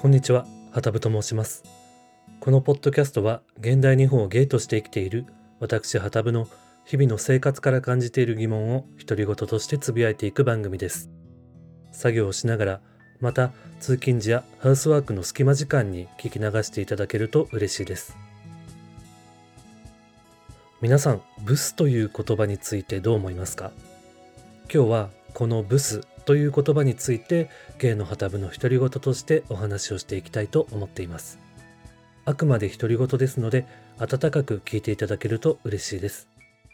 こんにちは、はたぶと申します。このポッドキャストは現代日本をゲイとして生きている私はたぶの日々の生活から感じている疑問を独り言としてつぶやいていく番組です。作業をしながら、また通勤時やハウスワークの隙間時間に聞き流していただけると嬉しいです。皆さん、ブスという言葉についてどう思いますか？今日はこのブスという言葉についてゲイのはたぶの独り言としてお話をしていきたいと思っています。あくまで独り言ですので温かく聞いていただけると嬉しいです。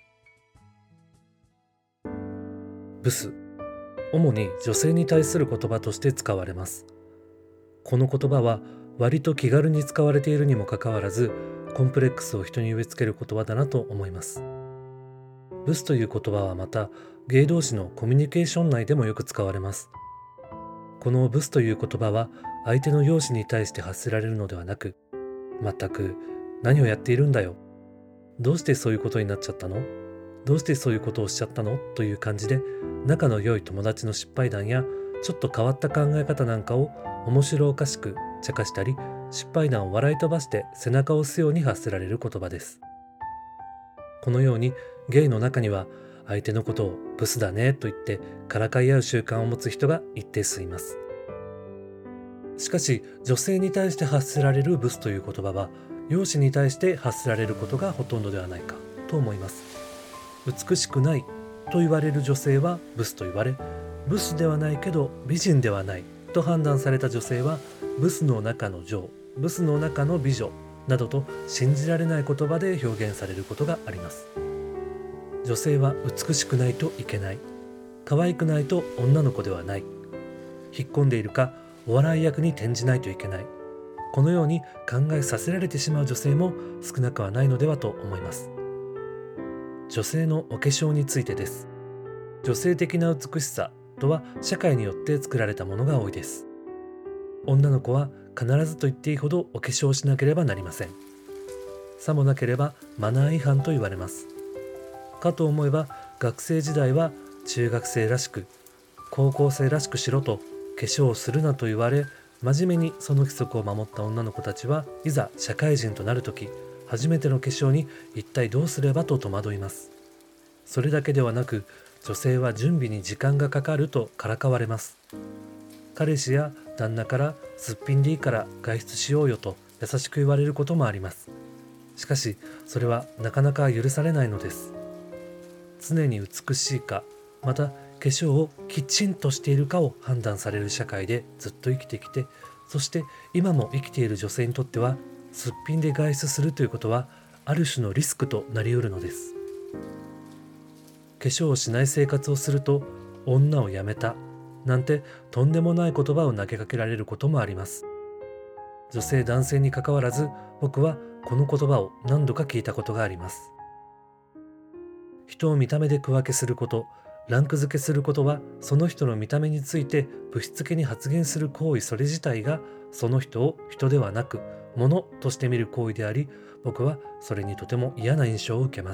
ブス、主に女性に対する言葉として使われます。この言葉は割と気軽に使われているにもかかわらず、コンプレックスを人に植え付ける言葉だなと思います。ブスという言葉はまたゲイ同士のコミュニケーション内でもよく使われます。このブスという言葉は相手の容姿に対して発せられるのではなく、全く何をやっているんだよ、どうしてそういうことになっちゃったの、どうしてそういうことをしちゃったのという感じで、仲の良い友達の失敗談やちょっと変わった考え方なんかを面白おかしく茶化したり、失敗談を笑い飛ばして背中を押すように発せられる言葉です。このようにゲイの中には相手のことをブスだねと言ってからかい合う習慣を持つ人が一定数います。しかし女性に対して発せられるブスという言葉は容姿に対して発せられることがほとんどではないかと思います。美しくないと言われる女性はブスと言われ、ブスではないけど美人ではないと判断された女性はブスの中の女王、ブスの中の美女などと信じられない言葉で表現されることがあります。女性は美しくないといけない、可愛くないと女の子ではない、引っ込んでいるかお笑い役に転じないといけない、このように考えさせられてしまう女性も少なくはないのではと思います。女性のお化粧についてです。女性的な美しさとは社会によって作られたものが多いです。女の子は必ずと言っていいほどお化粧をしなければなりません。さもなければマナー違反と言われます。かと思えば学生時代は中学生らしく、高校生らしくしろと化粧をするなと言われ、真面目にその規則を守った女の子たちはいざ社会人となるとき、初めての化粧に一体どうすればと戸惑います。それだけではなく、女性は準備に時間がかかるとからかわれます。彼氏や旦那からすっぴんでいいから外出しようよと優しく言われることもあります。しかしそれはなかなか許されないのです。常に美しいか、また化粧をきちんとしているかを判断される社会でずっと生きてきて、そして今も生きている女性にとってはすっぴんで外出するということはある種のリスクとなりうるのです。化粧をしない生活をすると女をやめたなんてとんでもない言葉を投げかけられることもあります。女性男性にかかわらず、僕はこの言葉を何度か聞いたことがあります。人を見た目で区分けすること、ランク付けすることは、その人の見た目についてぶしつけに発言する行為それ自体が、その人を人ではなく物として見る行為であり、僕はそれにとても嫌な印象を受けます。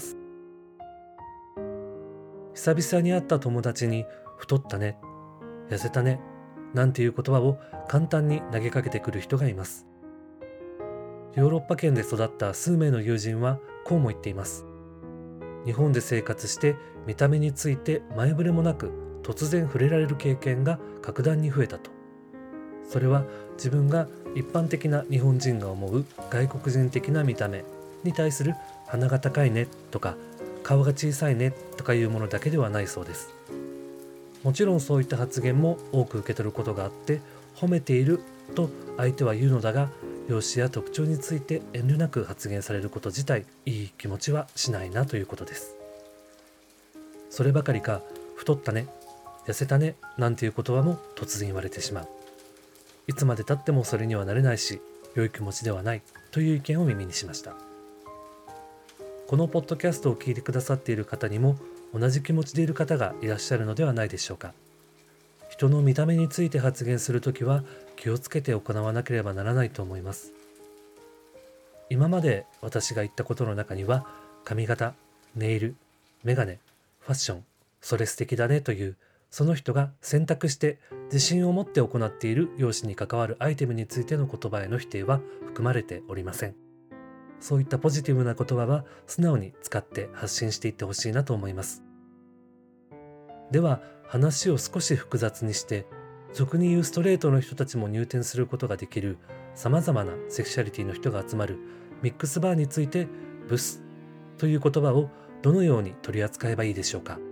久々に会った友達に太ったね、痩せたねなんていう言葉を簡単に投げかけてくる人がいます。ヨーロッパ圏で育った数名の友人はこうも言っています。日本で生活して見た目について前触れもなく突然触れられる経験が格段に増えたと。それは自分が一般的な日本人が思う外国人的な見た目に対する鼻が高いねとか顔が小さいねとかいうものだけではないそうです。もちろんそういった発言も多く受け取ることがあって、褒めていると相手は言うのだが、容姿や特徴について遠慮なく発言されること自体いい気持ちはしないなということです。そればかりか、太ったね、痩せたねなんていう言葉も突然言われてしまう。いつまで経ってもそれにはなれないし、良い気持ちではないという意見を耳にしました。このポッドキャストを聞いてくださっている方にも同じ気持ちでいる方がいらっしゃるのではないでしょうか。人の見た目について発言するときは気をつけて行わなければならないと思います。今まで私が言ったことの中には、髪型、ネイル、メガネ、ファッション、それ素敵だねという、その人が選択して自信を持って行っている容姿に関わるアイテムについての言葉への否定は含まれておりません。そういったポジティブな言葉は素直に使って発信していってほしいなと思います。では話を少し複雑にして、俗に言うストレートの人たちも入店することができる様々なセクシャリティの人が集まるミックスバーについて、ブスという言葉をどのように取り扱えばいいでしょうか。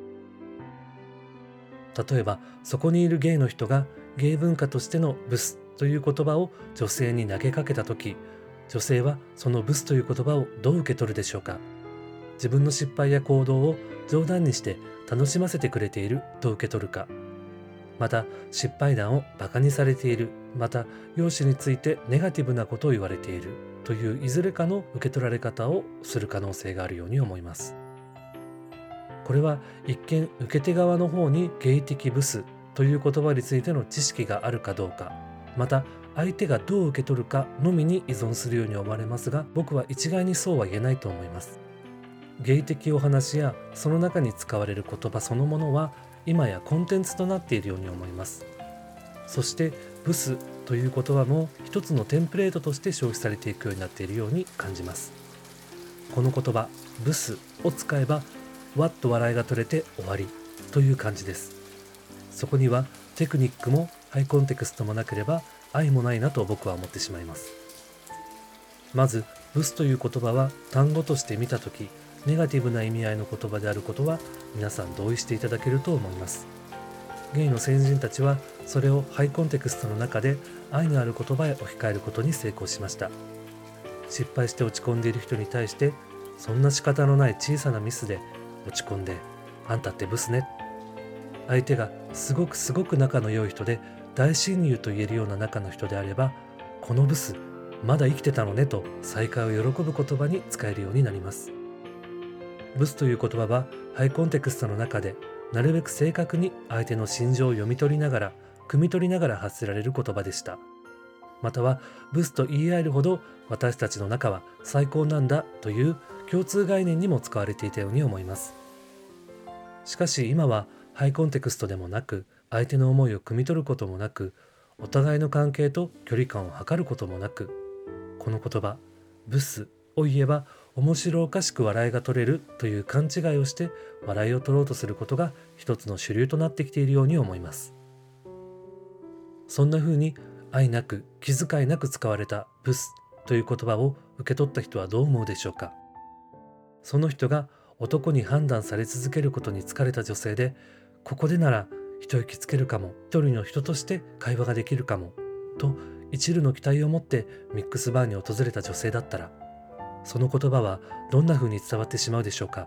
例えばそこにいるゲイの人がゲイ文化としてのブスという言葉を女性に投げかけたとき、女性はそのブスという言葉をどう受け取るでしょうか。自分の失敗や行動を冗談にして楽しませてくれていると受け取るか、また失敗談をバカにされている、また容姿についてネガティブなことを言われているといういずれかの受け取られ方をする可能性があるように思います。これは一見受け手側の方にゲイ的ブスという言葉についての知識があるかどうか、また相手がどう受け取るかのみに依存するように思われますが、僕は一概にそうは言えないと思います。ゲイ的お話やその中に使われる言葉そのものは今やコンテンツとなっているように思います。そしてブスという言葉も一つのテンプレートとして消費されていくようになっているように感じます。この言葉ブスを使えばわっと笑いが取れて終わりという感じです。そこにはテクニックもハイコンテクストもなければ愛もないなと僕は思ってしまいます。まずブスという言葉は単語として見たときネガティブな意味合いの言葉であることは皆さん同意していただけると思います。ゲイの先人たちはそれをハイコンテクストの中で愛のある言葉へ置き換えることに成功しました。失敗して落ち込んでいる人に対して、そんな仕方のない小さなミスで落ち込んであんたってブスね、相手がすごく仲の良い人で大親友と言えるような仲の人であれば、このブスまだ生きてたのねと再会を喜ぶ言葉に使えるようになります。ブスという言葉はハイコンテクストの中でなるべく正確に相手の心情を読み取りながら汲み取りながら発せられる言葉でした。またはブスと言い合えるほど私たちの仲は最高なんだという共通概念にも使われていたように思います。しかし今はハイコンテクストでもなく、相手の思いを汲み取ることもなく、お互いの関係と距離感を測ることもなく、この言葉ブスを言えば面白おかしく笑いが取れるという勘違いをして笑いを取ろうとすることが一つの主流となってきているように思います。そんな風に愛なく気遣いなく使われたブスという言葉を受け取った人はどう思うでしょうか。その人が男に判断され続けることに疲れた女性で、ここでなら一息つけるかも、一人の人として会話ができるかもと一縷の期待を持ってミックスバーに訪れた女性だったら、その言葉はどんな風に伝わってしまうでしょうか。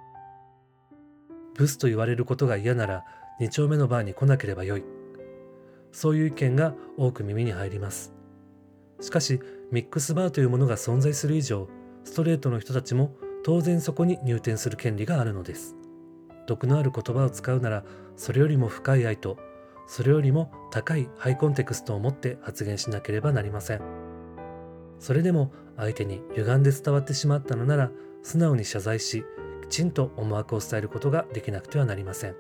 ブスと言われることが嫌なら2丁目のバーに来なければよい、そういう意見が多く耳に入ります。しかしミックスバーというものが存在する以上、ストレートの人たちも当然そこに入店する権利があるのです。毒のある言葉を使うなら、それよりも深い愛とそれよりも高いハイコンテクストを持って発言しなければなりません。それでも相手に歪んで伝わってしまったのなら、素直に謝罪し、きちんと思惑を伝えることができなくてはなりません。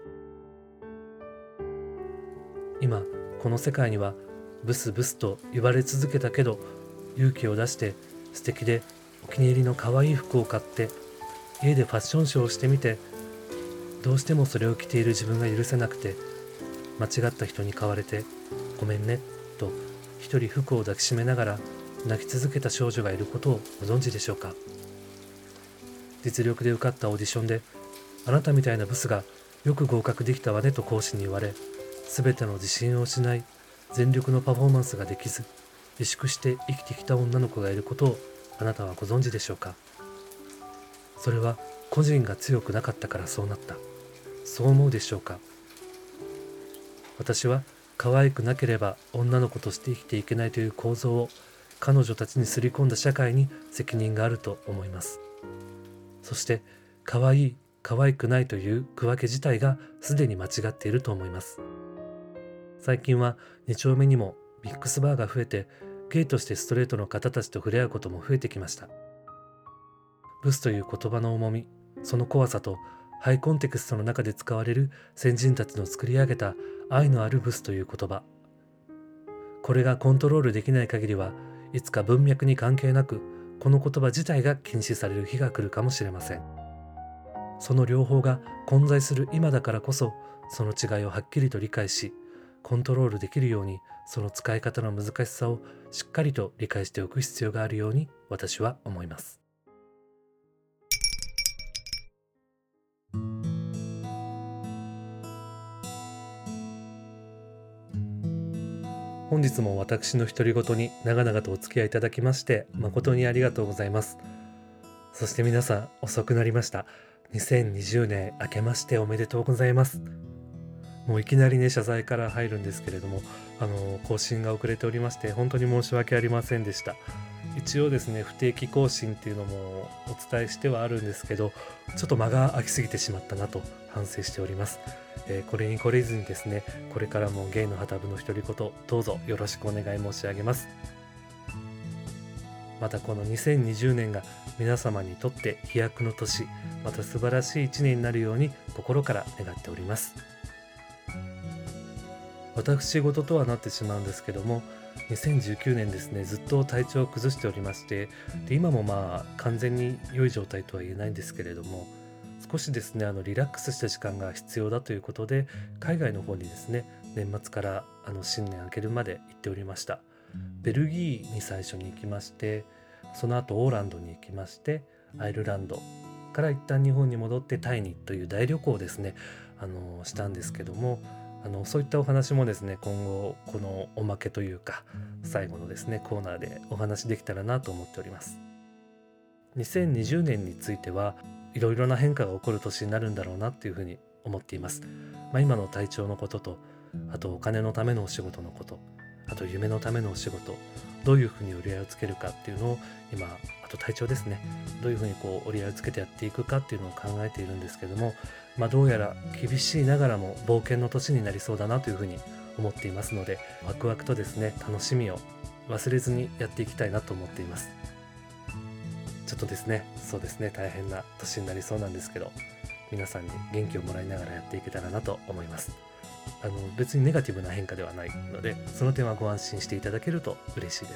今この世界にはブスブスと言われ続けたけど、勇気を出して素敵でお気に入りの可愛い服を買って家でファッションショーをしてみて、どうしてもそれを着ている自分が許せなくて、間違った人に買われてごめんねと一人服を抱きしめながら泣き続けた少女がいることをご存知でしょうか。実力で受かったオーディションで、あなたみたいなブスがよく合格できたわねと講師に言われ、全ての自信を失い全力のパフォーマンスができず萎縮して生きてきた女の子がいることをあなたはご存知でしょうか。それは個人が強くなかったからそうなった、そう思うでしょうか。私は可愛くなければ女の子として生きていけないという構造を彼女たちに刷り込んだ社会に責任があると思います。そして可愛い可愛くないという区分け自体がすでに間違っていると思います。最近は2丁目にもミックスバーが増えて、ゲイとしてストレートの方たちと触れ合うことも増えてきました。ブスという言葉の重み、その怖さとハイコンテクストの中で使われる先人たちの作り上げた愛のあるブスという言葉。これがコントロールできない限りはいつか文脈に関係なくこの言葉自体が禁止される日が来るかもしれません。その両方が混在する今だからこそ、その違いをはっきりと理解し、コントロールできるようにその使い方の難しさをしっかりと理解しておく必要があるように私は思います。本日も私の独り言に長々とお付き合いいただきまして誠にありがとうございます。そして皆さん遅くなりました。2020年明けましておめでとうございます。もういきなりね謝罪から入るんですけれども、更新が遅れておりまして本当に申し訳ありませんでした。一応ですね不定期更新っていうのもお伝えしてはあるんですけど、ちょっと間が空きすぎてしまったなと反省しております。これに懲りずにですね、これからもゲイの旗部の独り言どうぞよろしくお願い申し上げます。またこの2020年が皆様にとって飛躍の年、また素晴らしい一年になるように心から願っております。私事とはなってしまうんですけども、2019年ですねずっと体調を崩しておりまして、で今も完全に良い状態とは言えないんですけれども、少しですねリラックスした時間が必要だということで海外の方にですね年末から新年明けるまで行っておりました。ベルギーに最初に行きまして、その後オーランドに行きまして、アイルランドから一旦日本に戻ってタイにという大旅行をですねしたんですけども、そういったお話もですね今後このおまけというか最後のですねコーナーでお話できたらなと思っております。2020年についてはいろいろな変化が起こる年になるんだろうなっていうふうに思っています。今の体調のことと、あとお金のためのお仕事のこと、あと夢のためのお仕事、どういうふうに折り合いをつけるかっていうのを今、あと体調ですね、どういうふうに折り合いをつけてやっていくかっていうのを考えているんですけども、どうやら厳しいながらも冒険の年になりそうだなというふうに思っていますので、ワクワクとですね楽しみを忘れずにやっていきたいなと思っています。ちょっとですねそうですね大変な年になりそうなんですけど、皆さんに元気をもらいながらやっていけたらなと思います。別にネガティブな変化ではないので、その点はご安心していただけると嬉しいです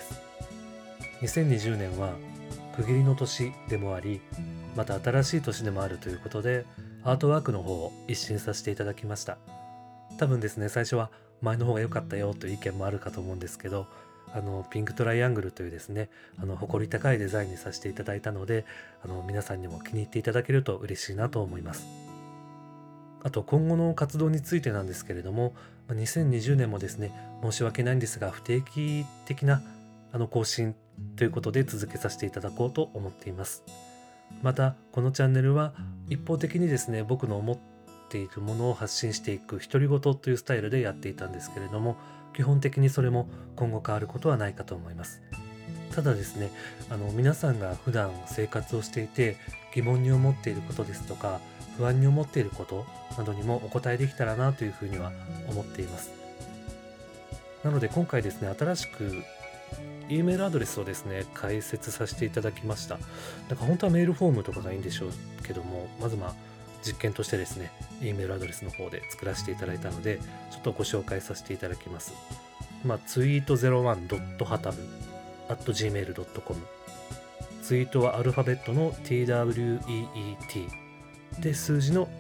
。2020年は区切りの年でもあり、また新しい年でもあるということで、アートワークの方を一新させていただきました。多分ですね最初は前の方が良かったよという意見もあるかと思うんですけど、ピンクトライアングルというですね誇り高いデザインにさせていただいたので、皆さんにも気に入っていただけると嬉しいなと思います。あと今後の活動についてなんですけれども、2020年もですね申し訳ないんですが不定期的な更新ということで続けさせていただこうと思っています。またこのチャンネルは一方的にですね僕の思っているものを発信していく独り言というスタイルでやっていたんですけれども、基本的にそれも今後変わることはないかと思います。ただですね皆さんが普段生活をしていて疑問に思っていることですとか不安に思っていることなどにもお答えできたらなというふうには思っています。なので今回ですね新しく E メールアドレスをですね開設させていただきました。本当はメールフォームとかがいいんでしょうけども、まず実験としてですね E メールアドレスの方で作らせていただいたのでちょっとご紹介させていただきます。ツイート 01.hatab@gmail.com、 ツイートはアルファベットの TWEET で数字の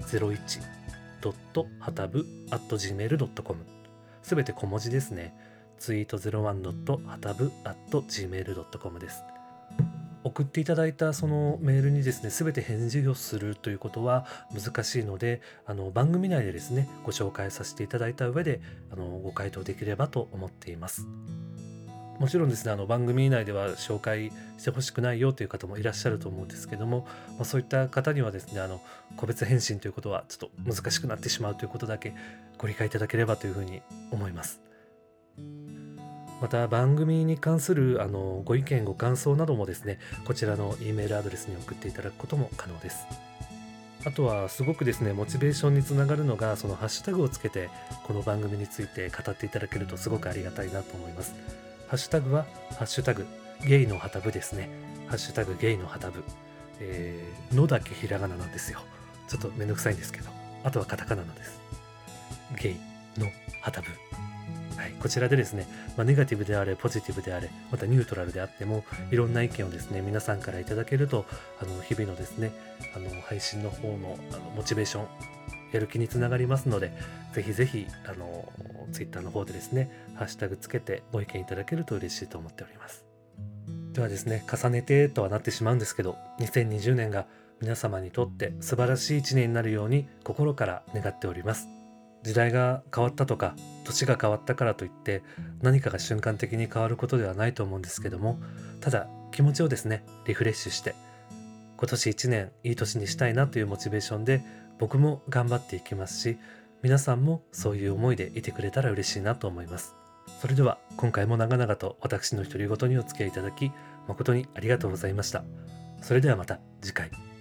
01.hatab@gmail.com、 すべて小文字ですね。ツイート 01.hatab@gmail.com です。送っていただいたそのメールにですねすべて返事をするということは難しいので、番組内でですねご紹介させていただいた上でご回答できればと思っています。もちろんですね番組内では紹介してほしくないよという方もいらっしゃると思うんですけども、そういった方にはですね個別返信ということはちょっと難しくなってしまうということだけご理解いただければというふうに思います。また番組に関するご意見ご感想などもですねこちらの E メールアドレスに送っていただくことも可能です。あとはすごくですねモチベーションにつながるのがそのハッシュタグをつけてこの番組について語っていただけるとすごくありがたいなと思います。ハッシュタグはハッシュタグゲイの旗部ですね。ハッシュタグゲイの旗部、のだけひらがななんですよ。 ちょっとめんどくさいんですけど、あとはカタカナのです。ゲイのハタブ。はい、こちらでですね、ネガティブであれポジティブであれ、またニュートラルであっても、いろんな意見をですね皆さんからいただけると、日々のですね配信の方のモチベーション、やる気につながりますので、ぜひぜひツイッターの方でですねハッシュタグつけてご意見いただけると嬉しいと思っております。ではですね、重ねてとはなってしまうんですけど、2020年が皆様にとって素晴らしい一年になるように心から願っております。時代が変わったとか年が変わったからといって何かが瞬間的に変わることではないと思うんですけども、ただ気持ちをですねリフレッシュして、今年1年いい年にしたいなというモチベーションで僕も頑張っていきますし、皆さんもそういう思いでいてくれたら嬉しいなと思います。それでは今回も長々と私の独り言にお付き合いいただき誠にありがとうございました。それではまた次回。